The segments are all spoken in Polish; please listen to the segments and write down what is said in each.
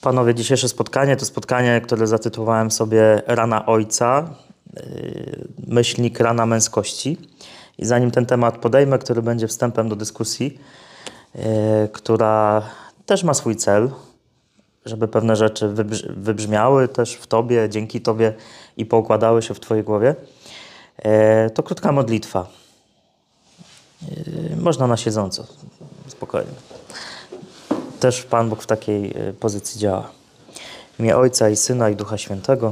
Panowie, dzisiejsze spotkanie to spotkanie, które zatytułowałem sobie Rana Ojca, myślnik rana męskości. I zanim ten temat podejmę, który będzie wstępem do dyskusji, która też ma swój cel, żeby pewne rzeczy wybrzmiały też w Tobie, dzięki Tobie i poukładały się w Twojej głowie, to krótka modlitwa. Można na siedząco, spokojnie. Też Pan Bóg w takiej pozycji działa. W imię Ojca i Syna i Ducha Świętego.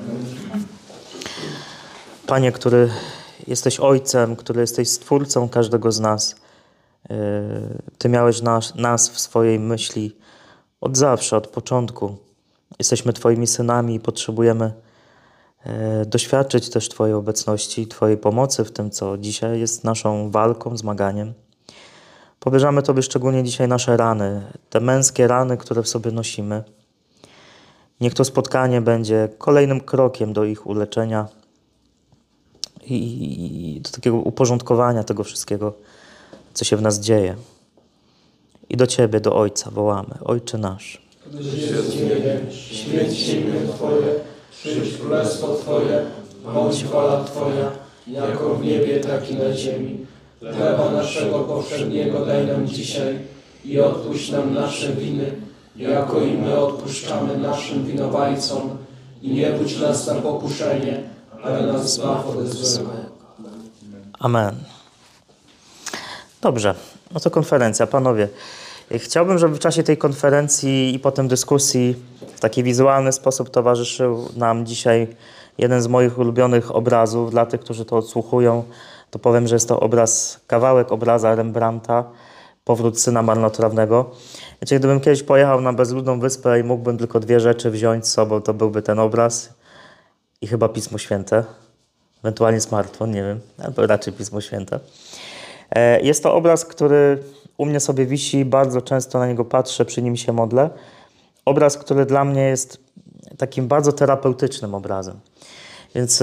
Panie, który jesteś Ojcem, który jesteś Stwórcą każdego z nas. Ty miałeś nas w swojej myśli od zawsze, od początku. Jesteśmy Twoimi synami i potrzebujemy doświadczyć też Twojej obecności, Twojej pomocy w tym, co dzisiaj jest naszą walką, zmaganiem. Powierzamy Tobie szczególnie dzisiaj nasze rany, te męskie rany, które w sobie nosimy. Niech to spotkanie będzie kolejnym krokiem do ich uleczenia i do takiego uporządkowania tego wszystkiego, co się w nas dzieje. I do Ciebie, do Ojca wołamy. Ojcze nasz. Któryś jest w niebie, święć się imię Twoje, przyjdź królestwo Twoje, bądź wola Twoja, jako w niebie, tak i na ziemi. Chleba naszego powszedniego daj nam dzisiaj i odpuść nam nasze winy, jako i my odpuszczamy naszym winowajcom. I nie budź nas na pokuszenie, ale nas zbaw ode złego. Amen. Dobrze, no to konferencja. Panowie, chciałbym, żeby w czasie tej konferencji i potem dyskusji w taki wizualny sposób towarzyszył nam dzisiaj jeden z moich ulubionych obrazów. Dla tych, którzy to odsłuchują, to powiem, że jest to kawałek obraza Rembrandta, Powrót syna marnotrawnego. Wiecie, gdybym kiedyś pojechał na bezludną wyspę i mógłbym tylko dwie rzeczy wziąć z sobą, to byłby ten obraz i chyba Pismo Święte, ewentualnie smartfon, nie wiem, albo raczej Pismo Święte. Jest to obraz, który u mnie sobie wisi, bardzo często na niego patrzę, przy nim się modlę. Obraz, który dla mnie jest takim bardzo terapeutycznym obrazem. Więc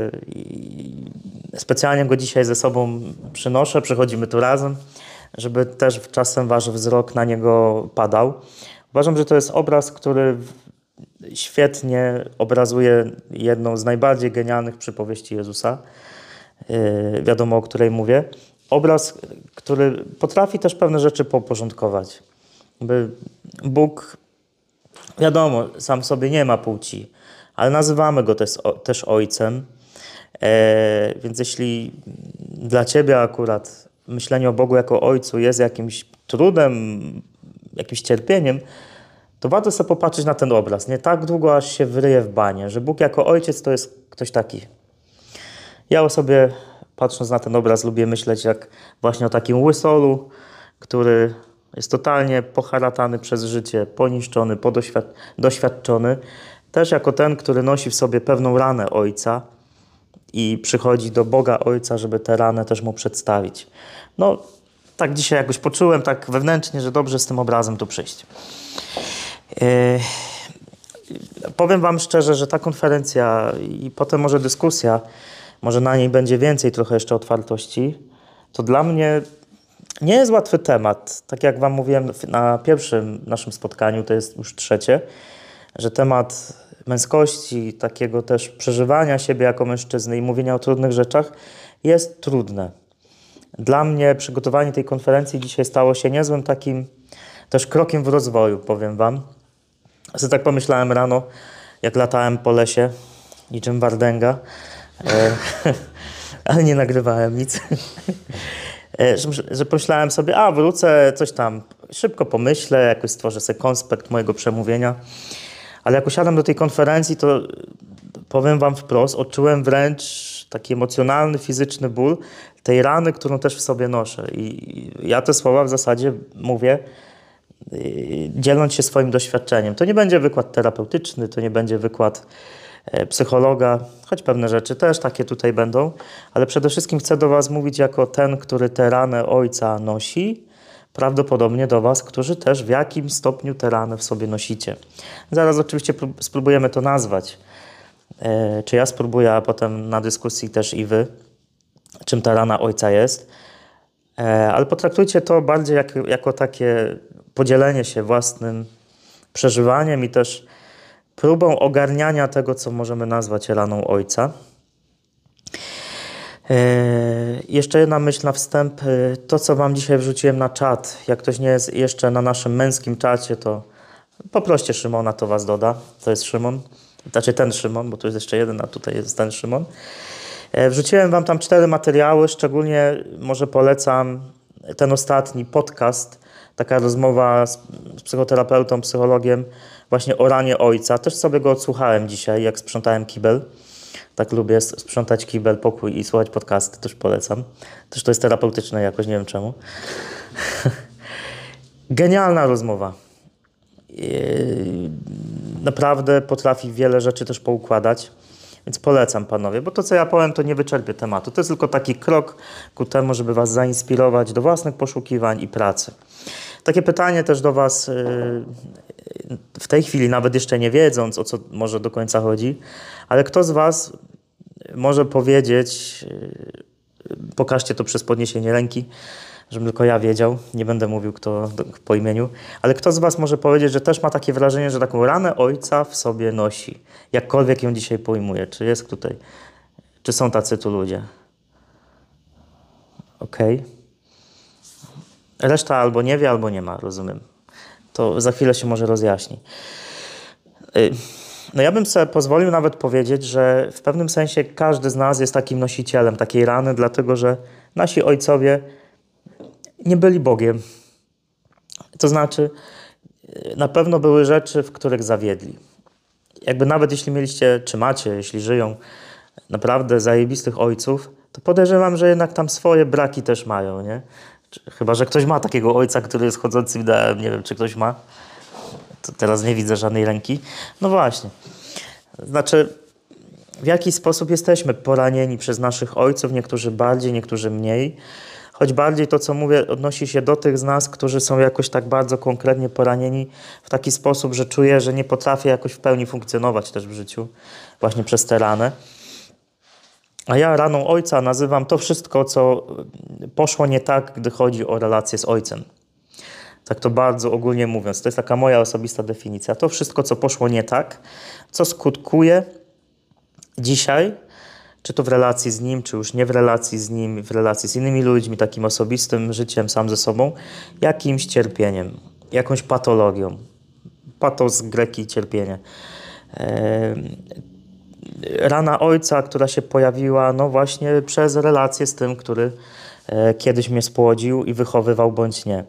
specjalnie go dzisiaj ze sobą przynoszę, przychodzimy tu razem, żeby też czasem wasz wzrok na niego padał. Uważam, że to jest obraz, który świetnie obrazuje jedną z najbardziej genialnych przypowieści Jezusa. Wiadomo, o której mówię. Obraz, który potrafi też pewne rzeczy poporządkować. Bóg, wiadomo, sam w sobie nie ma płci, ale nazywamy go też Ojcem. Więc jeśli dla Ciebie akurat myślenie o Bogu jako Ojcu jest jakimś trudem, jakimś cierpieniem, to warto sobie popatrzeć na ten obraz. Nie tak długo, aż się wryje w banie, że Bóg jako Ojciec to jest ktoś taki. Ja o sobie, patrząc na ten obraz, lubię myśleć jak właśnie o takim łysolu, który jest totalnie poharatany przez życie, poniszczony, doświadczony. Też jako ten, który nosi w sobie pewną ranę Ojca i przychodzi do Boga Ojca, żeby tę ranę też Mu przedstawić. No, tak dzisiaj jakoś poczułem, tak wewnętrznie, że dobrze z tym obrazem tu przyjść. Powiem wam szczerze, że ta konferencja i potem może dyskusja, może na niej będzie więcej trochę jeszcze otwartości, to dla mnie nie jest łatwy temat. Tak jak wam mówiłem na pierwszym naszym spotkaniu, to jest już trzecie, że temat męskości, takiego też przeżywania siebie jako mężczyzny i mówienia o trudnych rzeczach jest trudne. Dla mnie przygotowanie tej konferencji dzisiaj stało się niezłym takim też krokiem w rozwoju, powiem wam. Ja tak pomyślałem rano, jak latałem po lesie, niczym Wardęga, ale nie nagrywałem nic, że pomyślałem sobie, wrócę, coś tam, szybko pomyślę, jakoś stworzę sobie konspekt mojego przemówienia. Ale jak usiadłem do tej konferencji, to powiem wam wprost, odczułem wręcz taki emocjonalny, fizyczny ból tej rany, którą też w sobie noszę. I ja te słowa w zasadzie mówię, dzieląc się swoim doświadczeniem. To nie będzie wykład terapeutyczny, to nie będzie wykład psychologa, choć pewne rzeczy też takie tutaj będą, ale przede wszystkim chcę do was mówić jako ten, który tę ranę Ojca nosi, prawdopodobnie do was, którzy też w jakimś stopniu tę ranę w sobie nosicie. Zaraz oczywiście spróbujemy to nazwać. Czy ja spróbuję, a potem na dyskusji też i wy, czym ta rana Ojca jest. Ale potraktujcie to bardziej jako takie podzielenie się przeżywaniem i też próbą ogarniania tego, co możemy nazwać raną ojca. Jeszcze jedna myśl na wstęp. To, co wam dzisiaj wrzuciłem na czat, jak ktoś nie jest jeszcze na naszym męskim czacie, to poproście Szymona, to was doda. To jest Szymon. Znaczy ten Szymon, bo tu jest jeszcze jeden, a tutaj jest ten Szymon. Wrzuciłem wam tam 4 materiały, szczególnie może polecam ten ostatni podcast, taka rozmowa z psychoterapeutą, psychologiem właśnie o ranie ojca. Też sobie go odsłuchałem dzisiaj, jak sprzątałem kibel. Tak lubię sprzątać kibel, pokój i słuchać podcasty, też polecam. Też to jest terapeutyczne jakoś, nie wiem czemu. Genialna rozmowa. Naprawdę potrafi wiele rzeczy też poukładać, więc polecam panowie, bo to, co ja powiem, to nie wyczerpie tematu. To jest tylko taki krok ku temu, żeby was zainspirować do własnych poszukiwań i pracy. Takie pytanie też do was w tej chwili, nawet jeszcze nie wiedząc, o co może do końca chodzi, ale kto z was może powiedzieć, pokażcie to przez podniesienie ręki, żebym tylko ja wiedział, nie będę mówił kto po imieniu, ale kto z was może powiedzieć, że też ma takie wrażenie, że taką ranę ojca w sobie nosi, jakkolwiek ją dzisiaj pojmuje. Czy jest tutaj, czy są tacy tu ludzie? Okej. Reszta albo nie wie, albo nie ma, rozumiem. To za chwilę się może rozjaśni. No ja bym sobie pozwolił nawet powiedzieć, że w pewnym sensie każdy z nas jest takim nosicielem takiej rany, dlatego że nasi ojcowie nie byli Bogiem. To znaczy, na pewno były rzeczy, w których zawiedli. Jakby nawet jeśli mieliście, czy macie, jeśli żyją naprawdę zajebistych ojców, to podejrzewam, że jednak tam swoje braki też mają, nie? Chyba że ktoś ma takiego ojca, który jest chodzącym ideałem, nie wiem, czy ktoś ma. To teraz nie widzę żadnej ręki. No właśnie. Znaczy, w jaki sposób jesteśmy poranieni przez naszych ojców, niektórzy bardziej, niektórzy mniej. Choć bardziej to, co mówię, odnosi się do tych z nas, którzy są jakoś tak bardzo konkretnie poranieni w taki sposób, że czuję, że nie potrafię jakoś w pełni funkcjonować też w życiu, właśnie przez tę ranę. A ja raną ojca nazywam to wszystko, co poszło nie tak, gdy chodzi o relacje z ojcem. Tak to bardzo ogólnie mówiąc. To jest taka moja osobista definicja. To wszystko, co poszło nie tak, co skutkuje dzisiaj, czy to w relacji z nim, czy już nie w relacji z nim, w relacji z innymi ludźmi, takim osobistym życiem sam ze sobą, jakimś cierpieniem, jakąś patologią. Patos z greki cierpienie. Rana ojca, która się pojawiła no właśnie przez relację z tym, który kiedyś mnie spłodził i wychowywał bądź nie.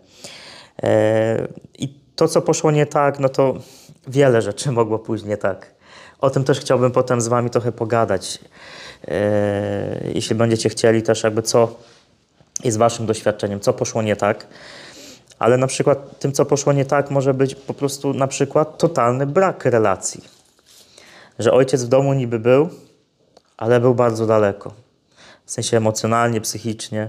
I to, co poszło nie tak, no to wiele rzeczy mogło pójść nie tak. O tym też chciałbym potem z wami trochę pogadać. Jeśli będziecie chcieli też jakby co jest waszym doświadczeniem, co poszło nie tak. Ale na przykład tym, co poszło nie tak, może być po prostu na przykład totalny brak relacji. Że ojciec w domu niby był, ale był bardzo daleko. W sensie emocjonalnie, psychicznie.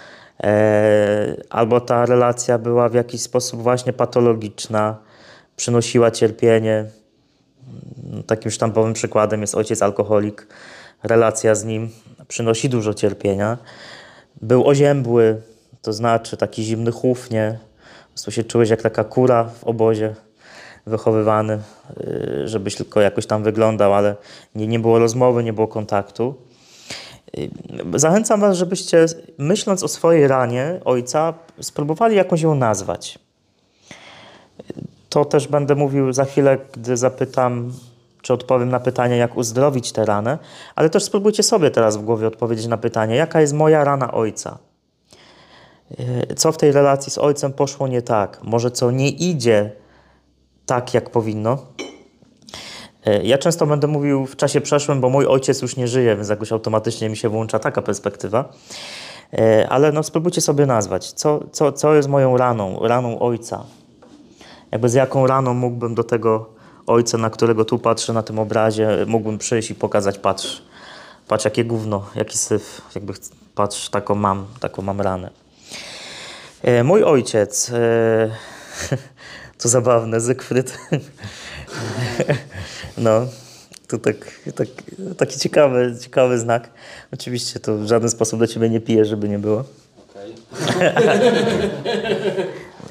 Albo ta relacja była w jakiś sposób właśnie patologiczna, przynosiła cierpienie. Takim sztampowym przykładem jest ojciec alkoholik. Relacja z nim przynosi dużo cierpienia. Był oziębły, to znaczy taki zimny chów, nie? Po prostu się czułeś jak taka kura w obozie, wychowywany, żebyś tylko jakoś tam wyglądał, ale nie było rozmowy, nie było kontaktu. Zachęcam was, żebyście myśląc o swojej ranie ojca, spróbowali jakąś ją nazwać. To też będę mówił za chwilę, gdy zapytam, czy odpowiem na pytanie, jak uzdrowić tę ranę, ale też spróbujcie sobie teraz w głowie odpowiedzieć na pytanie, jaka jest moja rana ojca? Co w tej relacji z ojcem poszło nie tak? Może co nie idzie tak, jak powinno? Ja często będę mówił w czasie przeszłym, bo mój ojciec już nie żyje, więc jakoś automatycznie mi się włącza taka perspektywa. Ale no spróbujcie sobie nazwać, co jest moją raną ojca. Jakby z jaką raną mógłbym do tego ojca, na którego tu patrzę na tym obrazie, mógłbym przyjść i pokazać, patrz jakie gówno, jaki syf, jakby patrz, taką mam ranę. Mój ojciec, to zabawne, Zygfryd, no, to taki ciekawy znak. Oczywiście to w żaden sposób do ciebie nie piję, żeby nie było.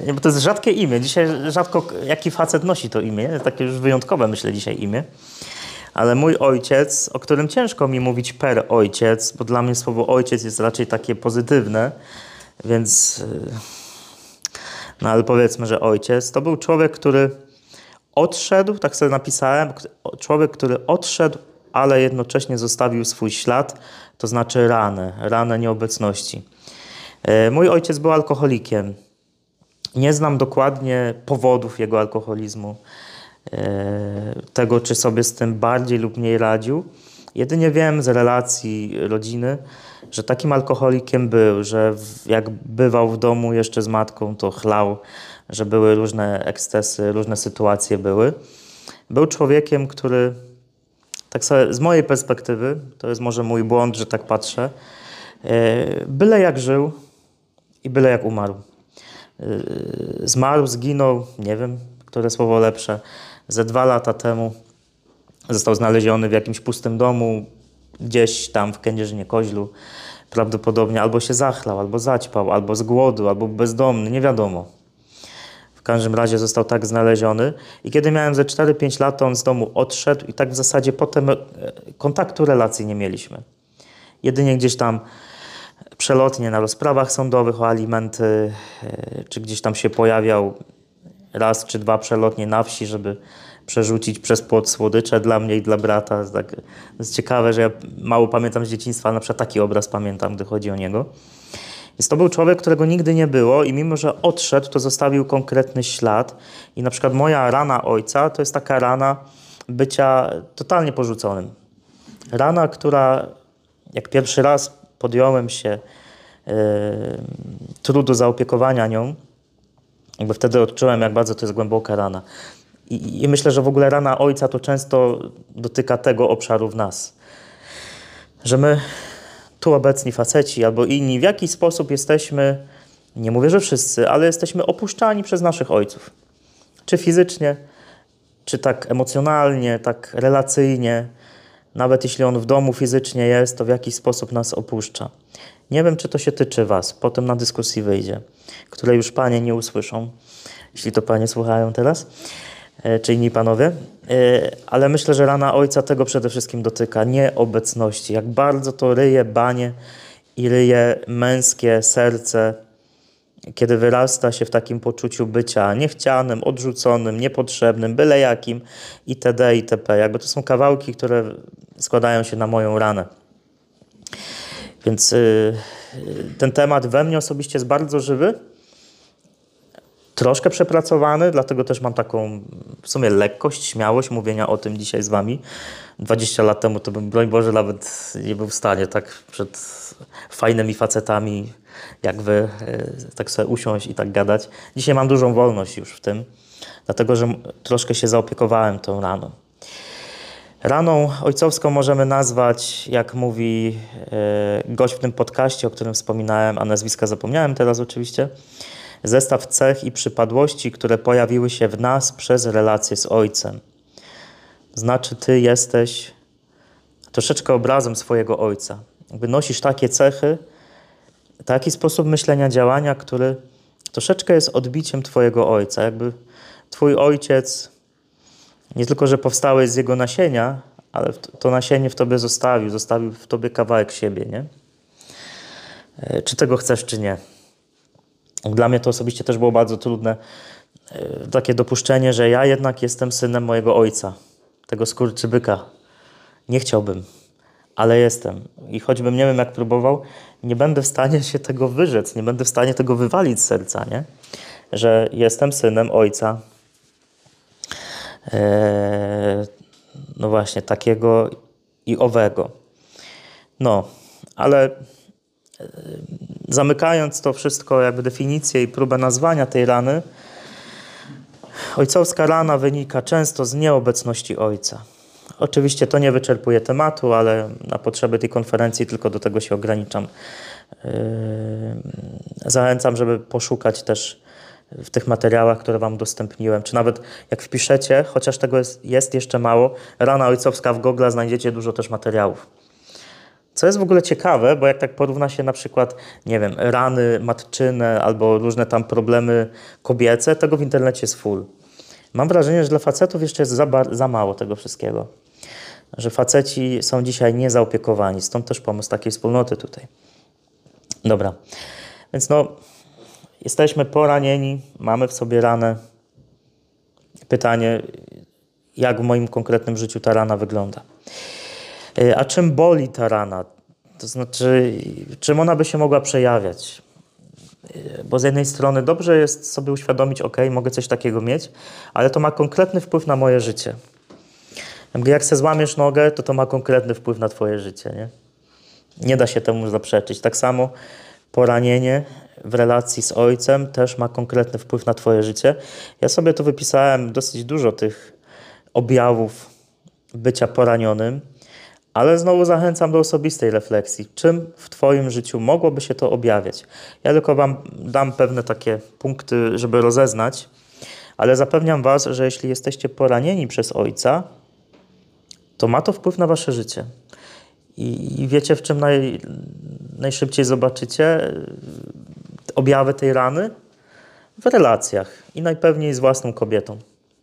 Bo to jest rzadkie imię. Dzisiaj rzadko jaki facet nosi to imię. Takie już wyjątkowe, myślę, dzisiaj imię. Ale mój ojciec, o którym ciężko mi mówić per ojciec, bo dla mnie słowo ojciec jest raczej takie pozytywne, więc no ale powiedzmy, że ojciec, to był człowiek, który odszedł, tak sobie napisałem, człowiek, który odszedł, ale jednocześnie zostawił swój ślad, to znaczy ranę nieobecności. Mój ojciec był alkoholikiem. Nie znam dokładnie powodów jego alkoholizmu, tego, czy sobie z tym bardziej lub mniej radził. Jedynie wiem z relacji rodziny, że takim alkoholikiem był, że jak bywał w domu jeszcze z matką, to chlał, że były różne ekscesy, różne sytuacje były. Był człowiekiem, który, tak sobie z mojej perspektywy, to jest może mój błąd, że tak patrzę, byle jak żył i byle jak umarł. Zmarł, zginął, nie wiem, które słowo lepsze, ze 2 lata temu. Został znaleziony w jakimś pustym domu, gdzieś tam w Kędzierzynie-Koźlu. Prawdopodobnie albo się zachlał, albo zaćpał, albo z głodu, albo bezdomny, nie wiadomo. W każdym razie został tak znaleziony. I kiedy miałem ze 4-5 lat, on z domu odszedł i tak w zasadzie potem kontaktu, relacji nie mieliśmy. Jedynie gdzieś tam przelotnie na rozprawach sądowych o alimenty, czy gdzieś tam się pojawiał raz czy 2 przelotnie na wsi, żeby przerzucić przez płot słodycze dla mnie i dla brata. Tak, to jest ciekawe, że ja mało pamiętam z dzieciństwa, ale na przykład taki obraz pamiętam, gdy chodzi o niego. Więc to był człowiek, którego nigdy nie było i mimo, że odszedł, to zostawił konkretny ślad. I na przykład moja rana ojca to jest taka rana bycia totalnie porzuconym. Rana, która jak pierwszy raz podjąłem się trudu zaopiekowania nią, jakby wtedy odczułem, jak bardzo to jest głęboka rana. I myślę, że w ogóle rana ojca to często dotyka tego obszaru w nas. Że my tu obecni faceci albo inni w jakiś sposób jesteśmy, nie mówię, że wszyscy, ale jesteśmy opuszczani przez naszych ojców. Czy fizycznie, czy tak emocjonalnie, tak relacyjnie. Nawet jeśli on w domu fizycznie jest, to w jakiś sposób nas opuszcza. Nie wiem, czy to się tyczy was. Potem na dyskusji wyjdzie, której już panie nie usłyszą, jeśli to panie słuchają teraz, czy inni panowie. Ale myślę, że rana ojca tego przede wszystkim dotyka, nieobecności. Jak bardzo to ryje banie i ryje męskie serce, kiedy wyrasta się w takim poczuciu bycia niechcianym, odrzuconym, niepotrzebnym, byle jakim itd. itp. Jakby to są kawałki, które składają się na moją ranę. Więc ten temat we mnie osobiście jest bardzo żywy, troszkę przepracowany, dlatego też mam taką w sumie lekkość, śmiałość mówienia o tym dzisiaj z wami. 20 lat temu to bym, broń Boże, nawet nie był w stanie tak przed fajnymi facetami jak wy, tak sobie usiąść i tak gadać. Dzisiaj mam dużą wolność już w tym, dlatego że troszkę się zaopiekowałem tą raną. Raną ojcowską możemy nazwać, jak mówi gość w tym podcaście, o którym wspominałem, a nazwiska zapomniałem teraz oczywiście, zestaw cech i przypadłości, które pojawiły się w nas przez relację z Ojcem. Znaczy, ty jesteś troszeczkę obrazem swojego Ojca. Jakby nosisz takie cechy, taki sposób myślenia, działania, który troszeczkę jest odbiciem twojego Ojca. Jakby twój Ojciec nie tylko, że powstałeś z jego nasienia, ale to nasienie w tobie zostawił w tobie kawałek siebie, nie? Czy tego chcesz, czy nie. Dla mnie to osobiście też było bardzo trudne, takie dopuszczenie, że ja jednak jestem synem mojego ojca, tego skurczybyka. Nie chciałbym, ale jestem. I choćbym nie wiem jak próbował, nie będę w stanie się tego wyrzec, nie będę w stanie tego wywalić z serca, nie? Że jestem synem ojca. No właśnie, takiego i owego. No, ale zamykając to wszystko, jakby definicję i próbę nazwania tej rany, ojcowska rana wynika często z nieobecności ojca. Oczywiście to nie wyczerpuje tematu, ale na potrzeby tej konferencji tylko do tego się ograniczam. Zachęcam, żeby poszukać też w tych materiałach, które wam udostępniłem, czy nawet jak wpiszecie, chociaż tego jest jeszcze mało, rana ojcowska w Google znajdziecie dużo też materiałów. Co jest w ogóle ciekawe, bo jak tak porówna się na przykład, nie wiem, rany matczyne albo różne tam problemy kobiece, tego w internecie jest full. Mam wrażenie, że dla facetów jeszcze jest za mało tego wszystkiego. Że faceci są dzisiaj niezaopiekowani, stąd też pomysł takiej wspólnoty tutaj. Dobra, więc jesteśmy poranieni, mamy w sobie ranę. Pytanie, jak w moim konkretnym życiu ta rana wygląda. A czym boli ta rana? To znaczy, czym ona by się mogła przejawiać? Bo z jednej strony dobrze jest sobie uświadomić, mogę coś takiego mieć, ale to ma konkretny wpływ na moje życie. Jak se złamiesz nogę, to ma konkretny wpływ na twoje życie. Nie da się temu zaprzeczyć. Tak samo poranienie w relacji z ojcem też ma konkretny wpływ na twoje życie. Ja sobie tu wypisałem dosyć dużo tych objawów bycia poranionym, ale znowu zachęcam do osobistej refleksji. Czym w twoim życiu mogłoby się to objawiać? Ja tylko wam dam pewne takie punkty, żeby rozeznać, ale zapewniam was, że jeśli jesteście poranieni przez ojca, to ma to wpływ na wasze życie. I wiecie, w czym najszybciej zobaczycie objawy tej rany? W relacjach i najpewniej z własną kobietą,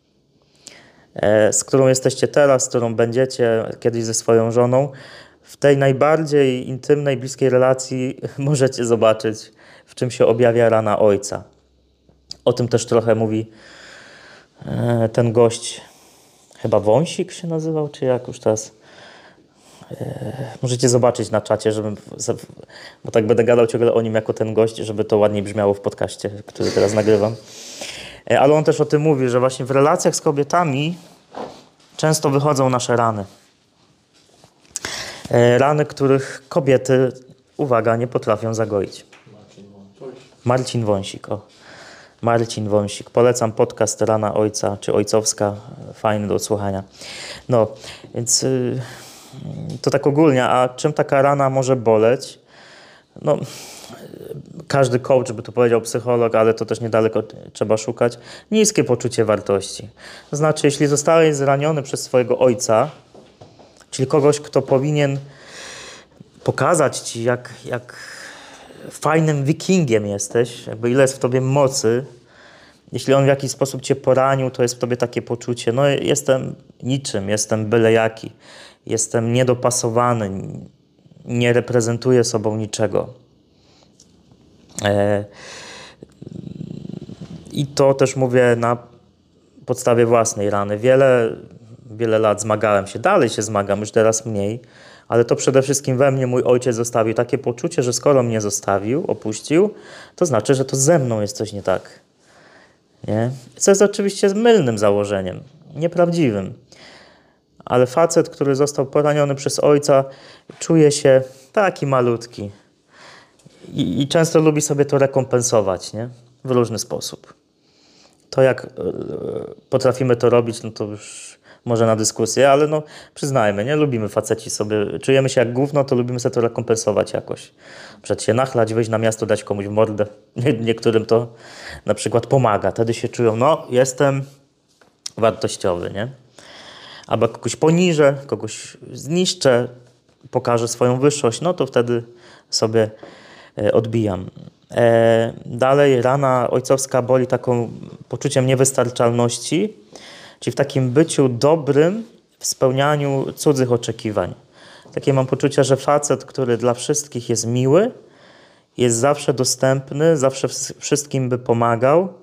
z którą jesteście teraz, z którą będziecie kiedyś ze swoją żoną. W tej najbardziej intymnej, bliskiej relacji możecie zobaczyć, w czym się objawia rana ojca. O tym też trochę mówi ten gość, chyba Wąsik się nazywał, czy jak już teraz. Możecie zobaczyć na czacie, bo tak będę gadał ciągle o nim jako ten gość, żeby to ładniej brzmiało w podcaście, który teraz nagrywam. Ale on też o tym mówi, że właśnie w relacjach z kobietami często wychodzą nasze rany. Rany, których kobiety, uwaga, nie potrafią zagoić. Marcin Wąsik. Marcin Wąsik. Polecam podcast Rana Ojca, czy Ojcowska. Fajny do odsłuchania. Więc to tak ogólnie. A czym taka rana może boleć? Każdy coach by to powiedział, psycholog, ale to też niedaleko trzeba szukać. Niskie poczucie wartości. To znaczy, jeśli zostałeś zraniony przez swojego ojca, czyli kogoś, kto powinien pokazać ci, jak fajnym wikingiem jesteś, ile jest w tobie mocy, jeśli on w jakiś sposób cię poranił, to jest w tobie takie poczucie, jestem niczym, jestem byle jaki, jestem niedopasowany, nie reprezentuję sobą niczego. I to też mówię na podstawie własnej rany. Wiele lat zmagałem się, dalej się zmagam, już teraz mniej, ale to przede wszystkim we mnie mój ojciec zostawił takie poczucie, że skoro mnie zostawił, opuścił, to znaczy, że to ze mną jest coś nie tak. Nie? Co jest oczywiście mylnym założeniem, nieprawdziwym. Ale facet, który został poraniony przez ojca, czuje się taki malutki. I często lubi sobie to rekompensować, nie? W różny sposób. To jak potrafimy to robić, to już może na dyskusję, ale przyznajmy, nie lubimy faceci sobie, czujemy się jak gówno, to lubimy sobie to rekompensować jakoś. Przed się nachlać, wyjść na miasto, dać komuś w mordę. Niektórym to na przykład pomaga. Wtedy się czują, jestem wartościowy, nie? Albo kogoś poniżę, kogoś zniszczę, pokażę swoją wyższość, to wtedy sobie odbijam. Dalej rana ojcowska boli taką poczuciem niewystarczalności, czyli w takim byciu dobrym, w spełnianiu cudzych oczekiwań. Takie mam poczucie, że facet, który dla wszystkich jest miły, jest zawsze dostępny, zawsze wszystkim by pomagał,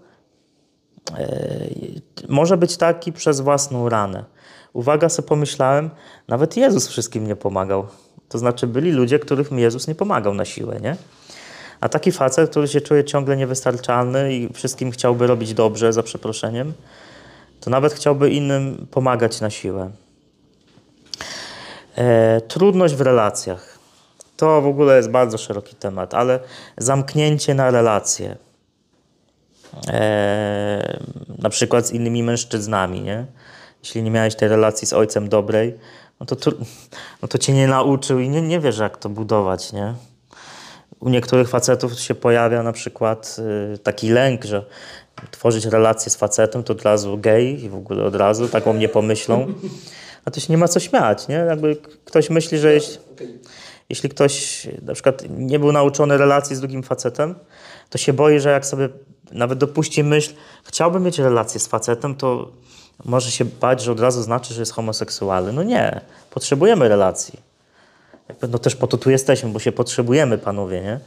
może być taki przez własną ranę. Uwaga, sobie pomyślałem, nawet Jezus wszystkim nie pomagał. To znaczy byli ludzie, którym Jezus nie pomagał na siłę, nie? A taki facet, który się czuje ciągle niewystarczalny i wszystkim chciałby robić dobrze, za przeproszeniem, to nawet chciałby innym pomagać na siłę. Trudność w relacjach. To w ogóle jest bardzo szeroki temat, ale zamknięcie na relacje. Na przykład z innymi mężczyznami, nie? Jeśli nie miałeś tej relacji z ojcem dobrej, to cię nie nauczył i nie wiesz, jak to budować, nie? U niektórych facetów się pojawia na przykład taki lęk, że tworzyć relację z facetem to od razu gej i w ogóle od razu tak o mnie pomyślą. A to się nie ma co śmiać, nie? Jakby ktoś myśli, że jeśli ktoś na przykład nie był nauczony relacji z drugim facetem, to się boi, że jak sobie nawet dopuści myśl, chciałbym mieć relację z facetem, to może się bać, że od razu znaczy, że jest homoseksualny. No nie, potrzebujemy relacji. Jakby, no też po to tu jesteśmy, bo się potrzebujemy, panowie, nie?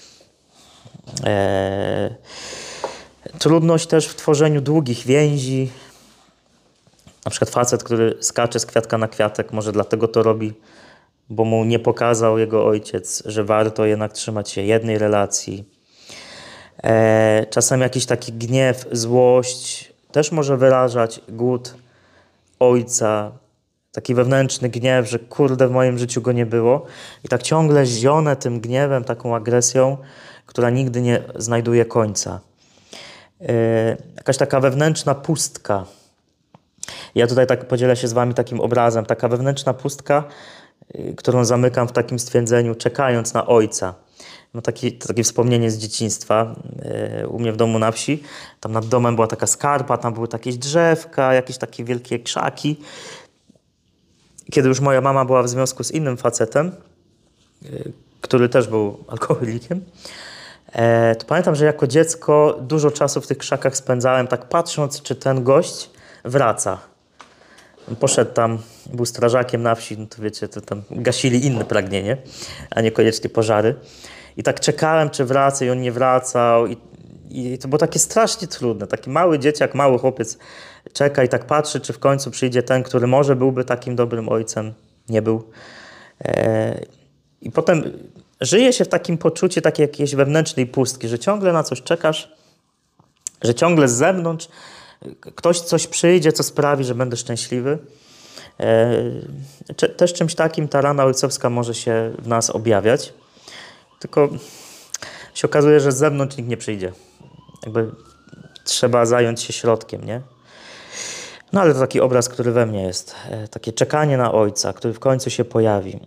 Trudność też w tworzeniu długich więzi. Na przykład facet, który skacze z kwiatka na kwiatek, może dlatego to robi, bo mu nie pokazał jego ojciec, że warto jednak trzymać się jednej relacji. Czasem jakiś taki gniew, złość też może wyrażać głód ojca, taki wewnętrzny gniew, że kurde, w moim życiu go nie było. I tak ciągle zionę tym gniewem, taką agresją, która nigdy nie znajduje końca. Jakaś taka wewnętrzna pustka. Ja tutaj tak podzielę się z wami takim obrazem. Taka wewnętrzna pustka, którą zamykam w takim stwierdzeniu, czekając na ojca. No takie wspomnienie z dzieciństwa. U mnie w domu na wsi, tam nad domem była taka skarpa, tam były jakieś drzewka, jakieś takie wielkie krzaki. Kiedy już moja mama była w związku z innym facetem, który też był alkoholikiem, to pamiętam, że jako dziecko dużo czasu w tych krzakach spędzałem, tak patrząc, czy ten gość wraca. Poszedł tam, był strażakiem na wsi, no to wiecie, to tam gasili inne pragnienie, a niekoniecznie pożary. I tak czekałem, czy wraca i on nie wracał. I to było takie strasznie trudne. Taki mały dzieciak, mały chłopiec czeka i tak patrzy, czy w końcu przyjdzie ten, który może byłby takim dobrym ojcem. Nie był. I potem żyje się w takim poczuciu takiej jakiejś wewnętrznej pustki, że ciągle na coś czekasz, że ciągle z zewnątrz ktoś coś przyjdzie, co sprawi, że będę szczęśliwy. Też czymś takim ta rana ojcowska może się w nas objawiać. Tylko się okazuje, że z zewnątrz nikt nie przyjdzie. Jakby trzeba zająć się środkiem, nie? No ale to taki obraz, który we mnie jest. Takie czekanie na ojca, który w końcu się pojawi.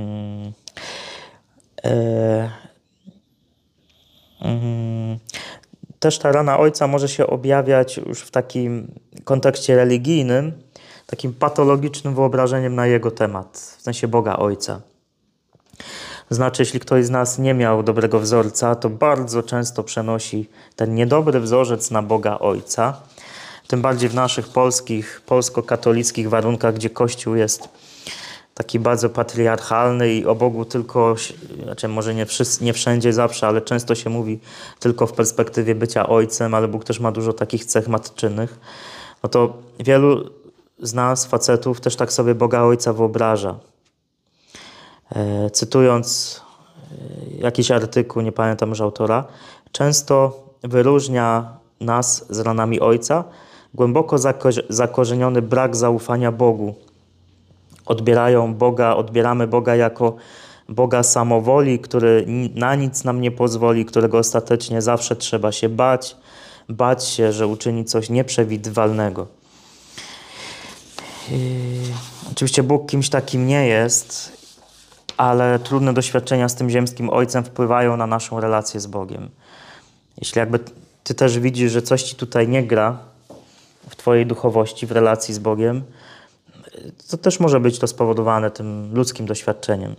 Też ta rana ojca może się objawiać już w takim kontekście religijnym, takim patologicznym wyobrażeniem na jego temat, w sensie Boga Ojca. Znaczy, jeśli ktoś z nas nie miał dobrego wzorca, to bardzo często przenosi ten niedobry wzorzec na Boga Ojca. Tym bardziej w naszych polsko-katolickich warunkach, gdzie Kościół jest taki bardzo patriarchalny i o Bogu tylko, znaczy może nie wszędzie zawsze, ale często się mówi tylko w perspektywie bycia ojcem, ale Bóg też ma dużo takich cech matczynych. No to wielu z nas, facetów, też tak sobie Boga Ojca wyobraża. Cytując jakiś artykuł, nie pamiętam już autora, często wyróżnia nas z ranami Ojca głęboko zakorzeniony brak zaufania Bogu. Odbieramy Boga jako Boga samowoli, który na nic nam nie pozwoli, którego ostatecznie zawsze trzeba się bać się, że uczyni coś nieprzewidywalnego. Oczywiście Bóg kimś takim nie jest, ale trudne doświadczenia z tym ziemskim Ojcem wpływają na naszą relację z Bogiem. Jeśli jakby ty też widzisz, że coś ci tutaj nie gra w twojej duchowości, w relacji z Bogiem, to też może być to spowodowane tym ludzkim doświadczeniem.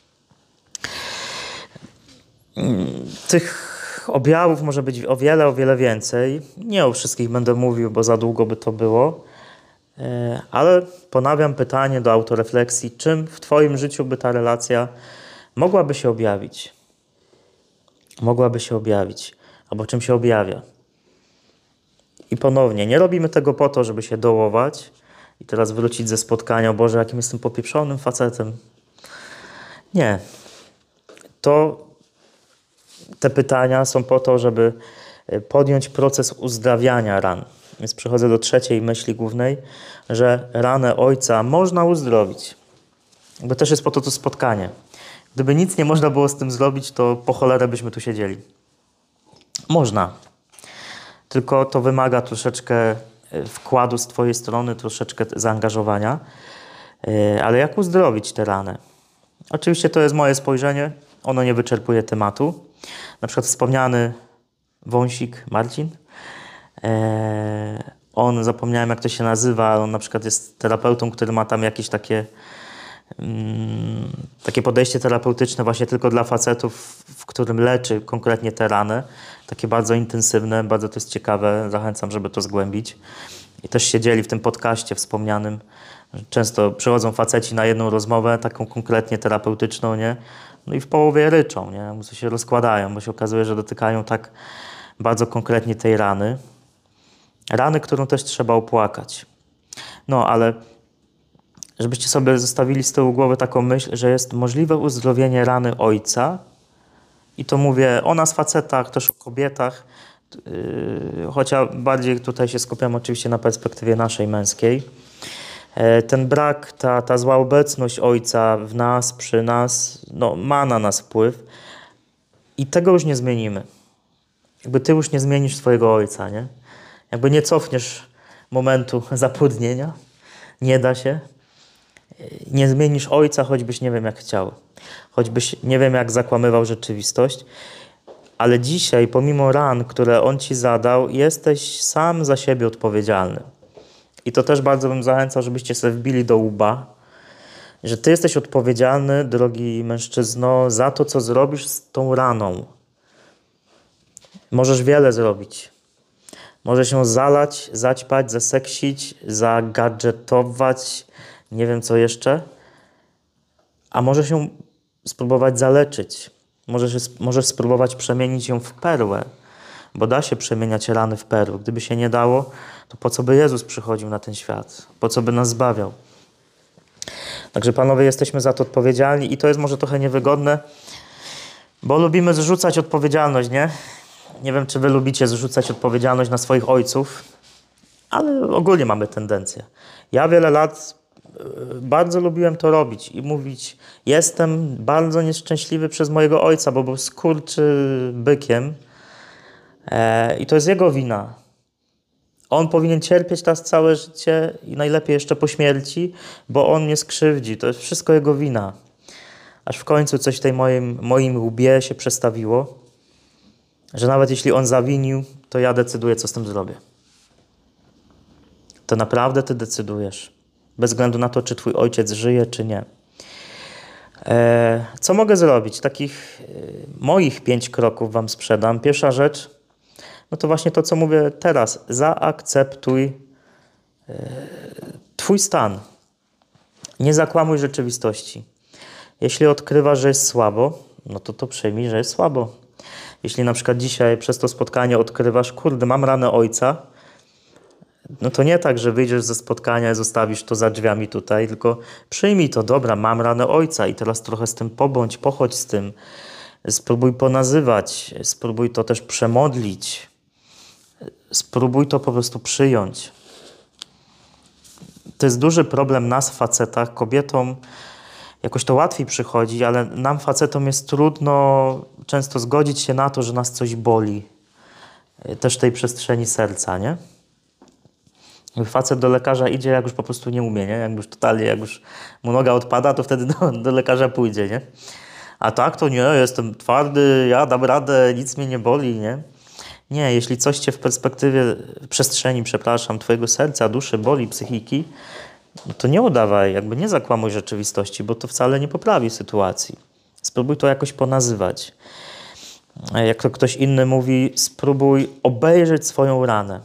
Tych objawów może być o wiele więcej. Nie o wszystkich będę mówił, bo za długo by to było. Ale ponawiam pytanie do autorefleksji, czym w twoim życiu by ta relacja mogłaby się objawić? Mogłaby się objawić. Albo czym się objawia? I ponownie, nie robimy tego po to, żeby się dołować i teraz wrócić ze spotkania, o Boże, jakim jestem popieprzonym facetem. Nie. Te pytania są po to, żeby podjąć proces uzdrawiania ran. Więc przechodzę do trzeciej myśli głównej, że ranę ojca można uzdrowić. Bo też jest po to spotkanie. Gdyby nic nie można było z tym zrobić, to po cholerę byśmy tu siedzieli. Można. Tylko to wymaga troszeczkę wkładu z twojej strony, troszeczkę zaangażowania. Ale jak uzdrowić tę ranę? Oczywiście to jest moje spojrzenie. Ono nie wyczerpuje tematu. Na przykład wspomniany wąsik Marcin. On, zapomniałem jak to się nazywa, ale on na przykład jest terapeutą, który ma tam jakieś takie takie podejście terapeutyczne właśnie tylko dla facetów, w którym leczy konkretnie te rany. Takie bardzo intensywne, bardzo to jest ciekawe. Zachęcam, żeby to zgłębić. I też siedzieli w tym podcaście wspomnianym. Często przychodzą faceci na jedną rozmowę, taką konkretnie terapeutyczną, nie? No i w połowie ryczą, nie? Bo się rozkładają, bo się okazuje, że dotykają tak bardzo konkretnie tej rany. Rany, którą też trzeba opłakać. No, ale żebyście sobie zostawili z tyłu głowy taką myśl, że jest możliwe uzdrowienie rany ojca. I to mówię o nas facetach, też o kobietach, chociaż bardziej tutaj się skupiam oczywiście na perspektywie naszej męskiej. Ten brak, ta zła obecność ojca w nas, przy nas, no, ma na nas wpływ i tego już nie zmienimy. Jakby ty już nie zmienisz swojego ojca, nie? Jakby nie cofniesz momentu zapłodnienia, nie da się. Nie zmienisz ojca, choćbyś nie wiem jak chciał. Choćbyś nie wiem jak zakłamywał rzeczywistość. Ale dzisiaj, pomimo ran, które on ci zadał, jesteś sam za siebie odpowiedzialny. I to też bardzo bym zachęcał, żebyście sobie wbili do łba, że ty jesteś odpowiedzialny, drogi mężczyzno, za to, co zrobisz z tą raną. Możesz wiele zrobić. Możesz ją zalać, zaćpać, zaseksić, zagadżetować, nie wiem co jeszcze. A możesz ją spróbować zaleczyć. Możesz spróbować przemienić ją w perłę, bo da się przemieniać rany w perły. Gdyby się nie dało, to po co by Jezus przychodził na ten świat? Po co by nas zbawiał? Także panowie, jesteśmy za to odpowiedzialni i to jest może trochę niewygodne, bo lubimy zrzucać odpowiedzialność, nie? Nie wiem, czy wy lubicie zrzucać odpowiedzialność na swoich ojców, ale ogólnie mamy tendencję. Ja wiele lat bardzo lubiłem to robić i mówić, jestem bardzo nieszczęśliwy przez mojego ojca, bo był skurczybykiem i to jest jego wina. On powinien cierpieć teraz całe życie i najlepiej jeszcze po śmierci, bo on mnie skrzywdzi. To jest wszystko jego wina. Aż w końcu coś w tej moim łbie się przestawiło, że nawet jeśli on zawinił, to ja decyduję, co z tym zrobię. To naprawdę ty decydujesz. Bez względu na to, czy twój ojciec żyje, czy nie. Co mogę zrobić? Takich moich 5 kroków wam sprzedam. Pierwsza rzecz, no to właśnie to, co mówię teraz. Zaakceptuj twój stan. Nie zakłamuj rzeczywistości. Jeśli odkrywasz, że jest słabo, no to przyjmij, że jest słabo. Jeśli na przykład dzisiaj przez to spotkanie odkrywasz, kurde, mam ranę ojca, no to nie tak, że wyjdziesz ze spotkania i zostawisz to za drzwiami tutaj, tylko przyjmij to, dobra, mam ranę ojca i teraz trochę z tym pobądź, pochodź z tym, spróbuj ponazywać, spróbuj to też przemodlić, spróbuj to po prostu przyjąć. To jest duży problem nas, facetach, kobietom jakoś to łatwiej przychodzi, ale nam, facetom, jest trudno często zgodzić się na to, że nas coś boli. Też w tej przestrzeni serca, nie? Facet do lekarza idzie, jak już po prostu nie umie, nie? Jak już totalnie, jak już mu noga odpada, to wtedy do lekarza pójdzie, nie? A tak to nie, jestem twardy, ja dam radę, nic mnie nie boli, nie? Nie, jeśli coś cię w perspektywie, w przestrzeni, twojego serca, duszy boli, psychiki, to nie udawaj, jakby nie zakłamuj rzeczywistości, bo to wcale nie poprawi sytuacji. Spróbuj to jakoś ponazywać. Jak to ktoś inny mówi, spróbuj obejrzeć swoją ranę.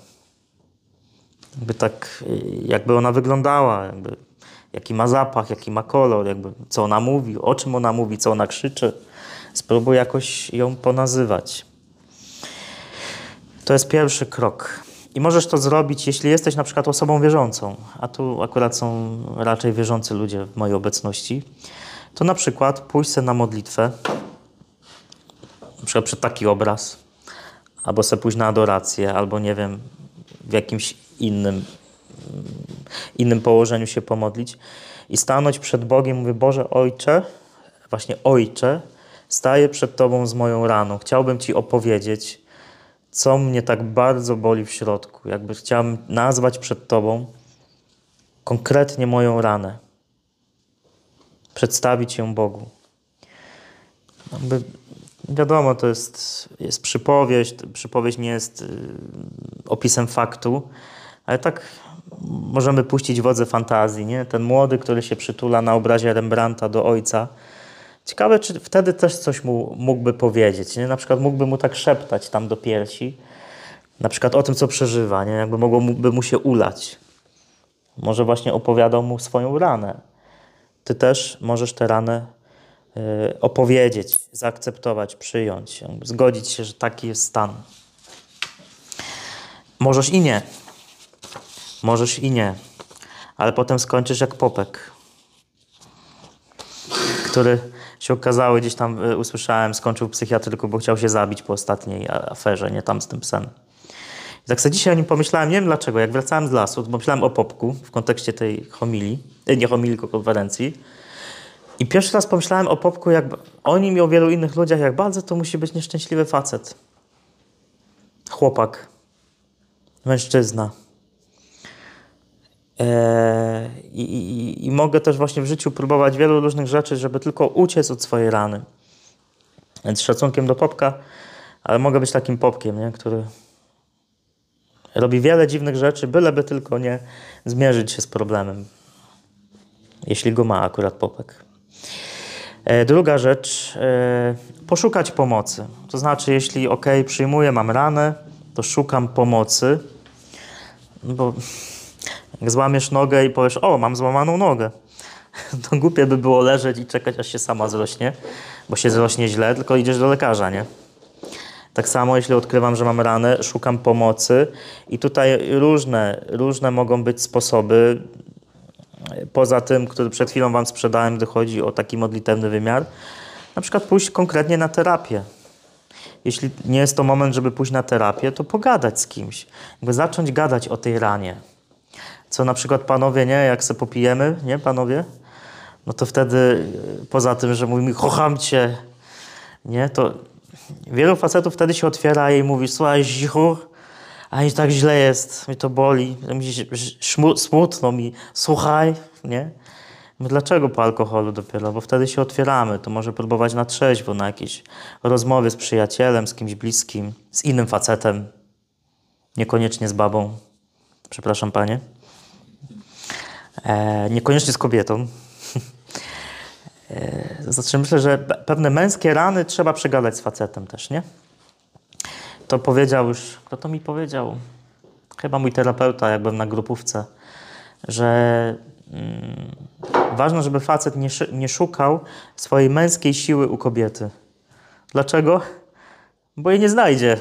Jakby ona wyglądała, jaki ma zapach, jaki ma kolor, co ona mówi, o czym ona mówi, co ona krzyczy. Spróbuj jakoś ją ponazywać. To jest pierwszy krok. I możesz to zrobić, jeśli jesteś na przykład osobą wierzącą, a tu akurat są raczej wierzący ludzie w mojej obecności, to na przykład pójść sobie na modlitwę, na przykład przed taki obraz, albo sobie pójść na adorację, albo nie wiem, w jakimś innym położeniu się pomodlić i stanąć przed Bogiem, mówię, Boże, Ojcze, właśnie Ojcze, staję przed Tobą z moją raną. Chciałbym Ci opowiedzieć, co mnie tak bardzo boli w środku. Chciałem nazwać przed Tobą konkretnie moją ranę. Przedstawić ją Bogu. Wiadomo, to jest przypowieść. Przypowieść nie jest opisem faktu, ale tak możemy puścić wodze fantazji, nie? Ten młody, który się przytula na obrazie Rembrandta do ojca. Ciekawe, czy wtedy też coś mu mógłby powiedzieć, nie? Na przykład mógłby mu tak szeptać tam do piersi, na przykład o tym, co przeżywa, nie? Jakby mogłoby mu się ulać. Może właśnie opowiadał mu swoją ranę. Ty też możesz tę ranę opowiedzieć, zaakceptować, przyjąć, zgodzić się, że taki jest stan. Możesz i nie. Możesz i nie. Ale potem skończysz jak Popek, który się okazało, gdzieś tam usłyszałem, skończył w psychiatryku, bo chciał się zabić po ostatniej aferze, nie tam z tym psem. I tak sobie dzisiaj o nim pomyślałem, nie wiem dlaczego, jak wracałem z lasu, to pomyślałem o Popku w kontekście tej homilii, nie homilii, tylko konferencji. I pierwszy raz pomyślałem o Popku, jak o nim i o wielu innych ludziach, jak bardzo to musi być nieszczęśliwy facet. Chłopak. Mężczyzna. I mogę też właśnie w życiu próbować wielu różnych rzeczy, żeby tylko uciec od swojej rany. Więc z szacunkiem do Popka, ale mogę być takim Popkiem, nie? Który robi wiele dziwnych rzeczy, byleby tylko nie zmierzyć się z problemem. Jeśli go ma akurat Popek. Druga rzecz, poszukać pomocy. To znaczy, jeśli przyjmuję, mam ranę, to szukam pomocy, bo jak złamiesz nogę i powiesz, o, mam złamaną nogę, to głupie by było leżeć i czekać, aż się sama zrośnie, bo się zrośnie źle, tylko idziesz do lekarza, nie? Tak samo, jeśli odkrywam, że mam ranę, szukam pomocy i tutaj różne mogą być sposoby, poza tym, który przed chwilą wam sprzedałem, gdy chodzi o taki modlitewny wymiar, na przykład pójść konkretnie na terapię. Jeśli nie jest to moment, żeby pójść na terapię, to pogadać z kimś. Jakby zacząć gadać o tej ranie. Co na przykład panowie, nie? Jak se popijemy, nie panowie? No to wtedy, poza tym, że mówi mi, kocham cię, nie? To wielu facetów wtedy się otwiera i mówi, słuchaj, Zichu, a mi tak źle jest, mi to boli, mi smutno mi, słuchaj, nie? Dlaczego po alkoholu dopiero? Bo wtedy się otwieramy. To może próbować na trzeźwo, na jakieś rozmowy z przyjacielem, z kimś bliskim, z innym facetem. Niekoniecznie z babą. Przepraszam, panie. Niekoniecznie z kobietą. Znaczy myślę, że pewne męskie rany trzeba przegadać z facetem też, nie? To powiedział już... Kto to mi powiedział? Chyba mój terapeuta, jak byłem na grupówce, że... ważne, żeby facet nie szukał swojej męskiej siły u kobiety. Dlaczego? Bo jej nie znajdzie.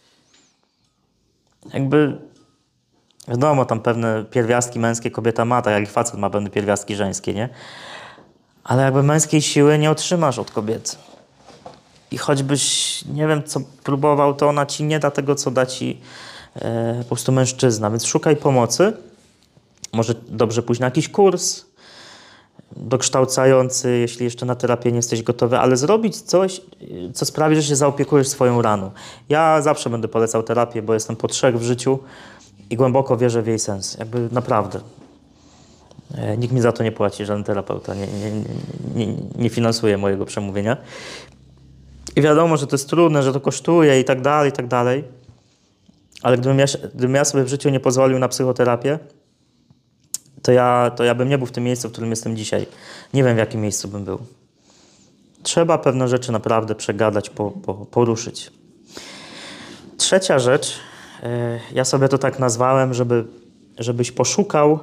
Jakby wiadomo, tam pewne pierwiastki męskie kobieta ma, tak jak i facet ma pewne pierwiastki żeńskie, nie? Ale jakby męskiej siły nie otrzymasz od kobiety. I choćbyś, nie wiem, co próbował, to ona ci nie da tego, co da ci po prostu mężczyzna. Więc szukaj pomocy. Może dobrze pójść na jakiś kurs dokształcający, jeśli jeszcze na terapię nie jesteś gotowy, ale zrobić coś, co sprawi, że się zaopiekujesz swoją raną. Ja zawsze będę polecał terapię, bo jestem po 3 w życiu i głęboko wierzę w jej sens. Jakby naprawdę. Nikt mi za to nie płaci, żaden terapeuta nie finansuje mojego przemówienia. I wiadomo, że to jest trudne, że to kosztuje i tak dalej, ale gdybym ja sobie w życiu nie pozwolił na psychoterapię, to ja bym nie był w tym miejscu, w którym jestem dzisiaj. Nie wiem, w jakim miejscu bym był. Trzeba pewne rzeczy naprawdę przegadać, poruszyć. Trzecia rzecz, ja sobie to tak nazwałem, żebyś poszukał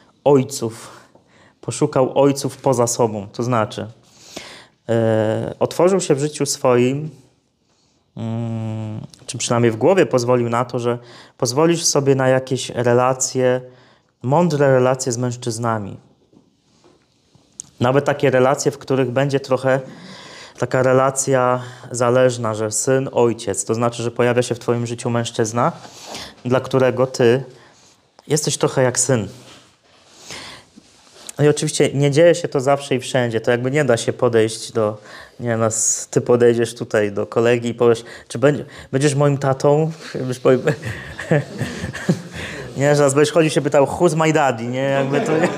ojców poza sobą. To znaczy, otworzył się w życiu swoim, czy przynajmniej w głowie pozwolił na to, że pozwolisz sobie na jakieś relacje, mądre relacje z mężczyznami. Nawet takie relacje, w których będzie trochę taka relacja zależna, że syn, ojciec. To znaczy, że pojawia się w twoim życiu mężczyzna, dla którego ty jesteś trochę jak syn. No i oczywiście nie dzieje się to zawsze i wszędzie. To jakby nie da się podejść do... Nie, ty podejdziesz tutaj do kolegi i powiesz, czy będziesz moim tatą? Nie, że raz będziesz chodził się pytał, who's my daddy, nie? Jakby to nie...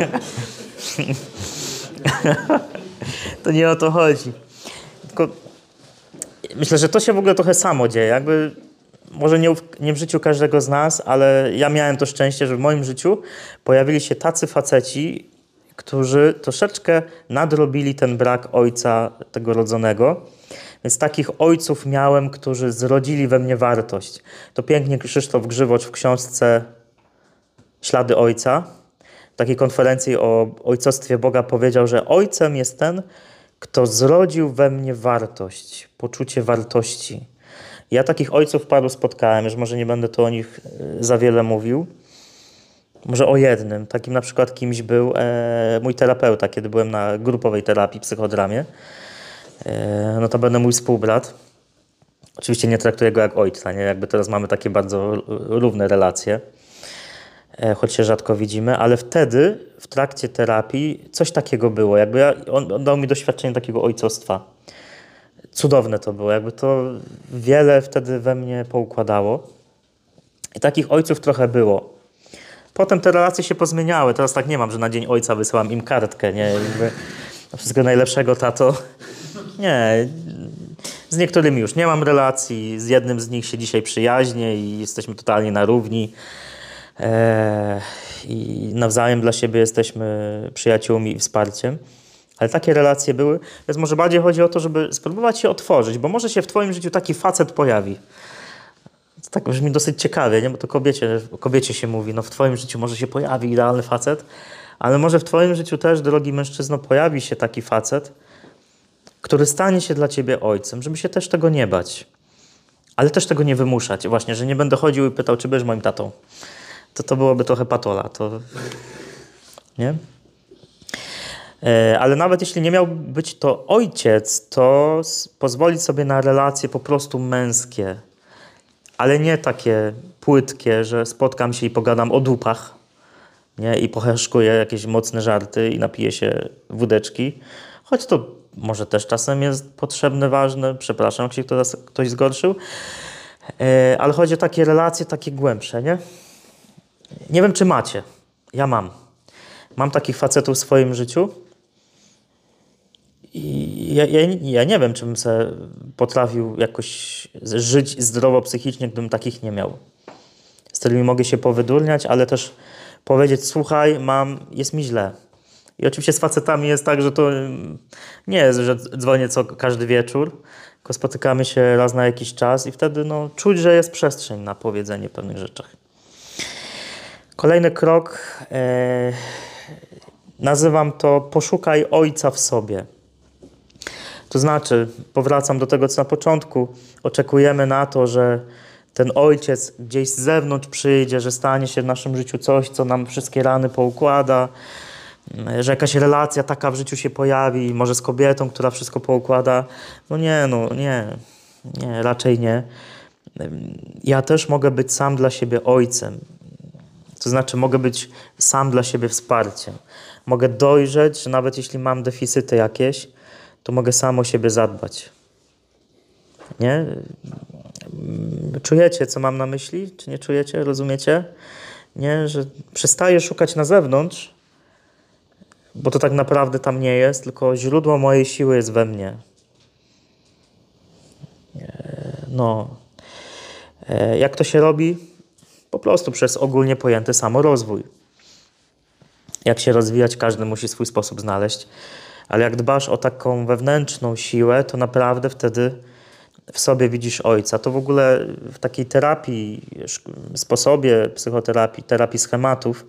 To nie o to chodzi. Tylko myślę, że to się w ogóle trochę samo dzieje. Jakby może nie w życiu każdego z nas, ale ja miałem to szczęście, że w moim życiu pojawili się tacy faceci, którzy troszeczkę nadrobili ten brak ojca tego rodzonego. Więc takich ojców miałem, którzy zrodzili we mnie wartość. To pięknie Krzysztof Grzywocz w książce Ślady Ojca, w takiej konferencji o ojcostwie Boga powiedział, że ojcem jest ten, kto zrodził we mnie wartość, poczucie wartości. Ja takich ojców paru spotkałem, już może nie będę tu o nich za wiele mówił. Może o jednym. Takim na przykład kimś był mój terapeuta, kiedy byłem na grupowej terapii, psychodramie. No to będę mój współbrat. Oczywiście nie traktuję go jak ojca, nie? Jakby teraz mamy takie bardzo równe relacje, choć się rzadko widzimy, ale wtedy w trakcie terapii coś takiego było. Jakby on dał mi doświadczenie takiego ojcostwa. Cudowne to było, jakby to wiele wtedy we mnie poukładało. I takich ojców trochę było. Potem te relacje się pozmieniały. Teraz tak nie mam, że na Dzień Ojca wysyłam im kartkę, nie? Jakby, wszystkiego najlepszego, tato. Nie. Z niektórymi już nie mam relacji. Z jednym z nich się dzisiaj przyjaźnię i jesteśmy totalnie na równi. I nawzajem dla siebie jesteśmy przyjaciółmi i wsparciem. Ale takie relacje były. Więc może bardziej chodzi o to, żeby spróbować się otworzyć, bo może się w twoim życiu taki facet pojawi. To tak brzmi dosyć ciekawie, nie? Bo to kobiecie się mówi, no w twoim życiu może się pojawi idealny facet, ale może w twoim życiu też, drogi mężczyzno, pojawi się taki facet, który stanie się dla ciebie ojcem, żeby się też tego nie bać. Ale też tego nie wymuszać. Właśnie, że nie będę chodził i pytał, czy będziesz moim tatą. To byłoby trochę patola. To... Nie? Ale nawet jeśli nie miał być to ojciec, to pozwolić sobie na relacje po prostu męskie. Ale nie takie płytkie, że spotkam się i pogadam o dupach, nie? I poheszkuję jakieś mocne żarty i napiję się wódeczki. Choć to może też czasem jest potrzebne, ważne. Przepraszam, jak się teraz ktoś zgorszył. Ale chodzi o takie relacje, takie głębsze, nie? Nie wiem, czy macie. Ja mam. Mam takich facetów w swoim życiu. I ja nie wiem, czy bym sobie potrafił jakoś żyć zdrowo psychicznie, gdybym takich nie miał. Z którymi mogę się powydurniać, ale też powiedzieć, słuchaj, jest mi źle. I oczywiście z facetami jest tak, że to nie jest, że dzwonię każdy wieczór, tylko spotykamy się raz na jakiś czas i wtedy czuć, że jest przestrzeń na powiedzenie pewnych rzeczach. Kolejny krok, nazywam to poszukaj ojca w sobie. To znaczy, powracam do tego, co na początku, oczekujemy na to, że ten ojciec gdzieś z zewnątrz przyjdzie, że stanie się w naszym życiu coś, co nam wszystkie rany poukłada, że jakaś relacja taka w życiu się pojawi, może z kobietą, która wszystko poukłada. Nie, raczej nie. Ja też mogę być sam dla siebie ojcem. To znaczy, mogę być sam dla siebie wsparciem. Mogę dojrzeć, że nawet jeśli mam deficyty jakieś, to mogę sam o siebie zadbać. Nie? Czujecie, co mam na myśli? Czy nie czujecie? Rozumiecie? Nie? Że przestaję szukać na zewnątrz, bo to tak naprawdę tam nie jest, tylko źródło mojej siły jest we mnie. Jak to się robi? Po prostu przez ogólnie pojęty samorozwój. Jak się rozwijać, każdy musi swój sposób znaleźć. Ale jak dbasz o taką wewnętrzną siłę, to naprawdę wtedy w sobie widzisz ojca. To w ogóle w takiej terapii, sposobie psychoterapii, terapii schematów,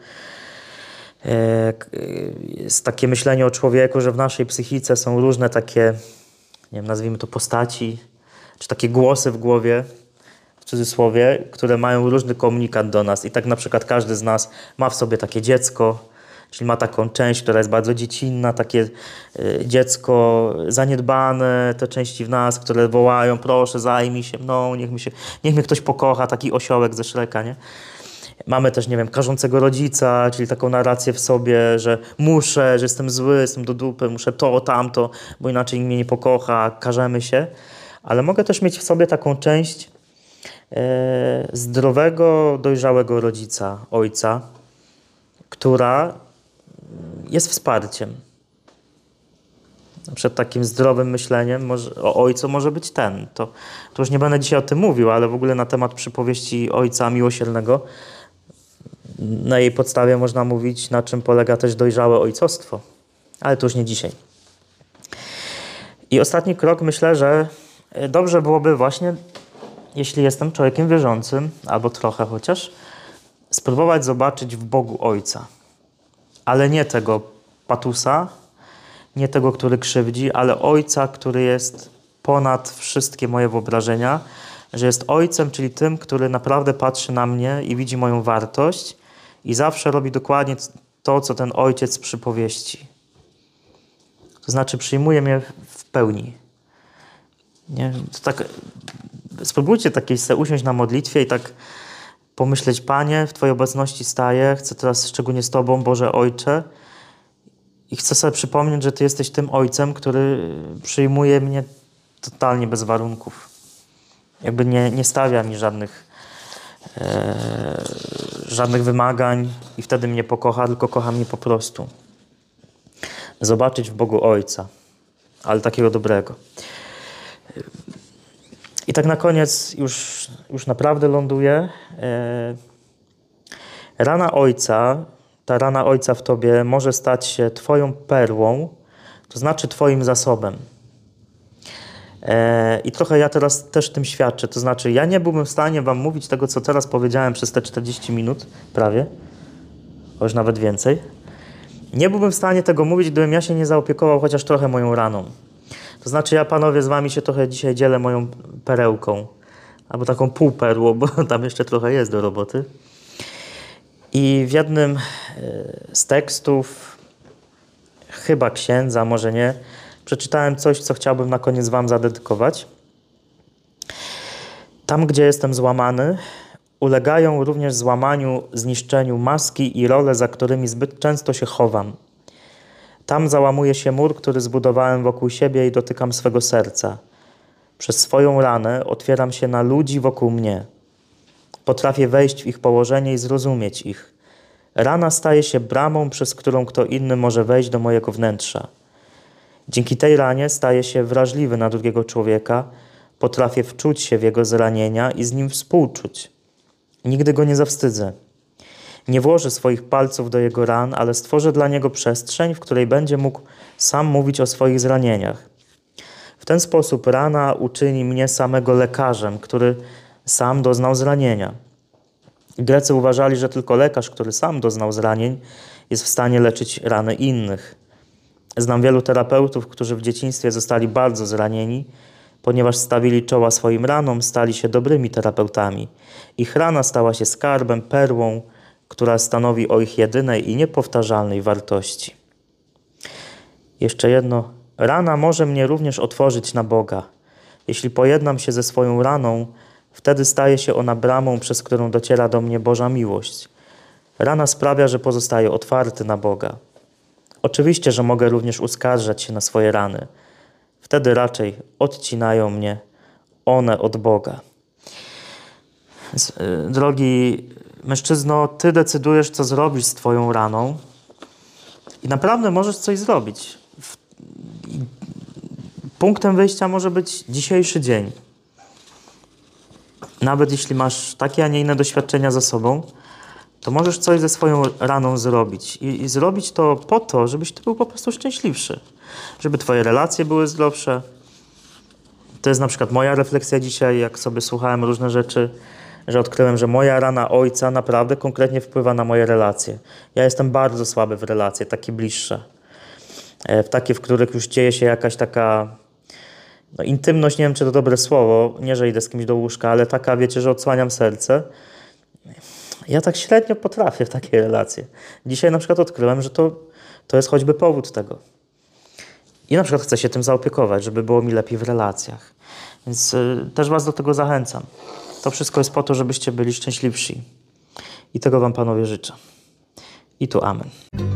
jest takie myślenie o człowieku, że w naszej psychice są różne takie, nie wiem, nazwijmy to postaci, czy takie głosy w głowie, w cudzysłowie, które mają różny komunikat do nas. I tak na przykład każdy z nas ma w sobie takie dziecko, czyli ma taką część, która jest bardzo dziecinna, takie dziecko zaniedbane, te części w nas, które wołają, proszę, zajmij się mną, niech mnie ktoś pokocha, taki osiołek ze Shreka, nie? Mamy też, nie wiem, karzącego rodzica, czyli taką narrację w sobie, że muszę, że jestem zły, jestem do dupy, muszę to, tamto, bo inaczej nikt mnie nie pokocha, karzemy się. Ale mogę też mieć w sobie taką część zdrowego, dojrzałego rodzica, ojca, która jest wsparciem. przed takim zdrowym myśleniem o ojcu może być ten. To już nie będę dzisiaj o tym mówił, ale w ogóle na temat przypowieści Ojca Miłosiernego. Na jej podstawie można mówić, na czym polega też dojrzałe ojcostwo. Ale to już nie dzisiaj. I ostatni krok, myślę, że dobrze byłoby właśnie, jeśli jestem człowiekiem wierzącym, albo trochę chociaż, spróbować zobaczyć w Bogu Ojca. Ale nie tego patusa, nie tego, który krzywdzi, ale Ojca, który jest ponad wszystkie moje wyobrażenia, że jest Ojcem, czyli tym, który naprawdę patrzy na mnie i widzi moją wartość i zawsze robi dokładnie to, co ten Ojciec z przypowieści. To znaczy przyjmuje mnie w pełni. Nie? To tak, spróbujcie takiej sobie usiąść na modlitwie i tak pomyśleć: Panie, w Twojej obecności staję, chcę teraz szczególnie z Tobą, Boże Ojcze, i chcę sobie przypomnieć, że Ty jesteś tym Ojcem, który przyjmuje mnie totalnie bez warunków. Jakby nie stawia mi żadnych wymagań i wtedy mnie pokocha, tylko kocha mnie po prostu. Zobaczyć w Bogu Ojca, ale takiego dobrego. I tak na koniec już naprawdę ląduję. Rana Ojca, ta rana Ojca w Tobie może stać się Twoją perłą, to znaczy Twoim zasobem. I trochę ja teraz też tym świadczę. To znaczy, ja nie byłbym w stanie Wam mówić tego, co teraz powiedziałem przez te 40 minut, prawie, już nawet więcej. Nie byłbym w stanie tego mówić, gdybym ja się nie zaopiekował chociaż trochę moją raną. To znaczy, ja, panowie, z Wami się trochę dzisiaj dzielę moją perełką, albo taką półperłą, bo tam jeszcze trochę jest do roboty. I w jednym z tekstów, chyba księdza, może nie, przeczytałem coś, co chciałbym na koniec Wam zadedykować. Tam, gdzie jestem złamany, ulegają również złamaniu, zniszczeniu maski i role, za którymi zbyt często się chowam. Tam załamuje się mur, który zbudowałem wokół siebie i dotykam swego serca. Przez swoją ranę otwieram się na ludzi wokół mnie. Potrafię wejść w ich położenie i zrozumieć ich. Rana staje się bramą, przez którą kto inny może wejść do mojego wnętrza. Dzięki tej ranie staję się wrażliwy na drugiego człowieka, potrafię wczuć się w jego zranienia i z nim współczuć. Nigdy go nie zawstydzę. Nie włożę swoich palców do jego ran, ale stworzę dla niego przestrzeń, w której będzie mógł sam mówić o swoich zranieniach. W ten sposób rana uczyni mnie samego lekarzem, który sam doznał zranienia. Grecy uważali, że tylko lekarz, który sam doznał zranień, jest w stanie leczyć rany innych. Znam wielu terapeutów, którzy w dzieciństwie zostali bardzo zranieni, ponieważ stawili czoła swoim ranom, stali się dobrymi terapeutami. Ich rana stała się skarbem, perłą, która stanowi o ich jedynej i niepowtarzalnej wartości. Jeszcze jedno. Rana może mnie również otworzyć na Boga. Jeśli pojednam się ze swoją raną, wtedy staje się ona bramą, przez którą dociera do mnie Boża miłość. Rana sprawia, że pozostaję otwarty na Boga. Oczywiście, że mogę również uskarżać się na swoje rany. Wtedy raczej odcinają mnie one od Boga. Więc, drogi mężczyzno, Ty decydujesz, co zrobisz z Twoją raną i naprawdę możesz coś zrobić. Punktem wyjścia może być dzisiejszy dzień. Nawet jeśli masz takie, a nie inne doświadczenia za sobą, to możesz coś ze swoją raną zrobić. I zrobić to po to, żebyś Ty był po prostu szczęśliwszy. Żeby Twoje relacje były zdrowsze. To jest na przykład moja refleksja dzisiaj, jak sobie słuchałem różne rzeczy, że odkryłem, że moja rana ojca naprawdę konkretnie wpływa na moje relacje. Ja jestem bardzo słaby w relacje, takie bliższe. W takie, w których już dzieje się jakaś taka intymność, nie wiem, czy to dobre słowo, nie, że idę z kimś do łóżka, ale taka, wiecie, że odsłaniam serce. Ja tak średnio potrafię w takie relacje. Dzisiaj na przykład odkryłem, że to jest choćby powód tego. I na przykład chcę się tym zaopiekować, żeby było mi lepiej w relacjach. Więc też Was do tego zachęcam. To wszystko jest po to, żebyście byli szczęśliwsi. I tego Wam, panowie, życzę. I tu amen.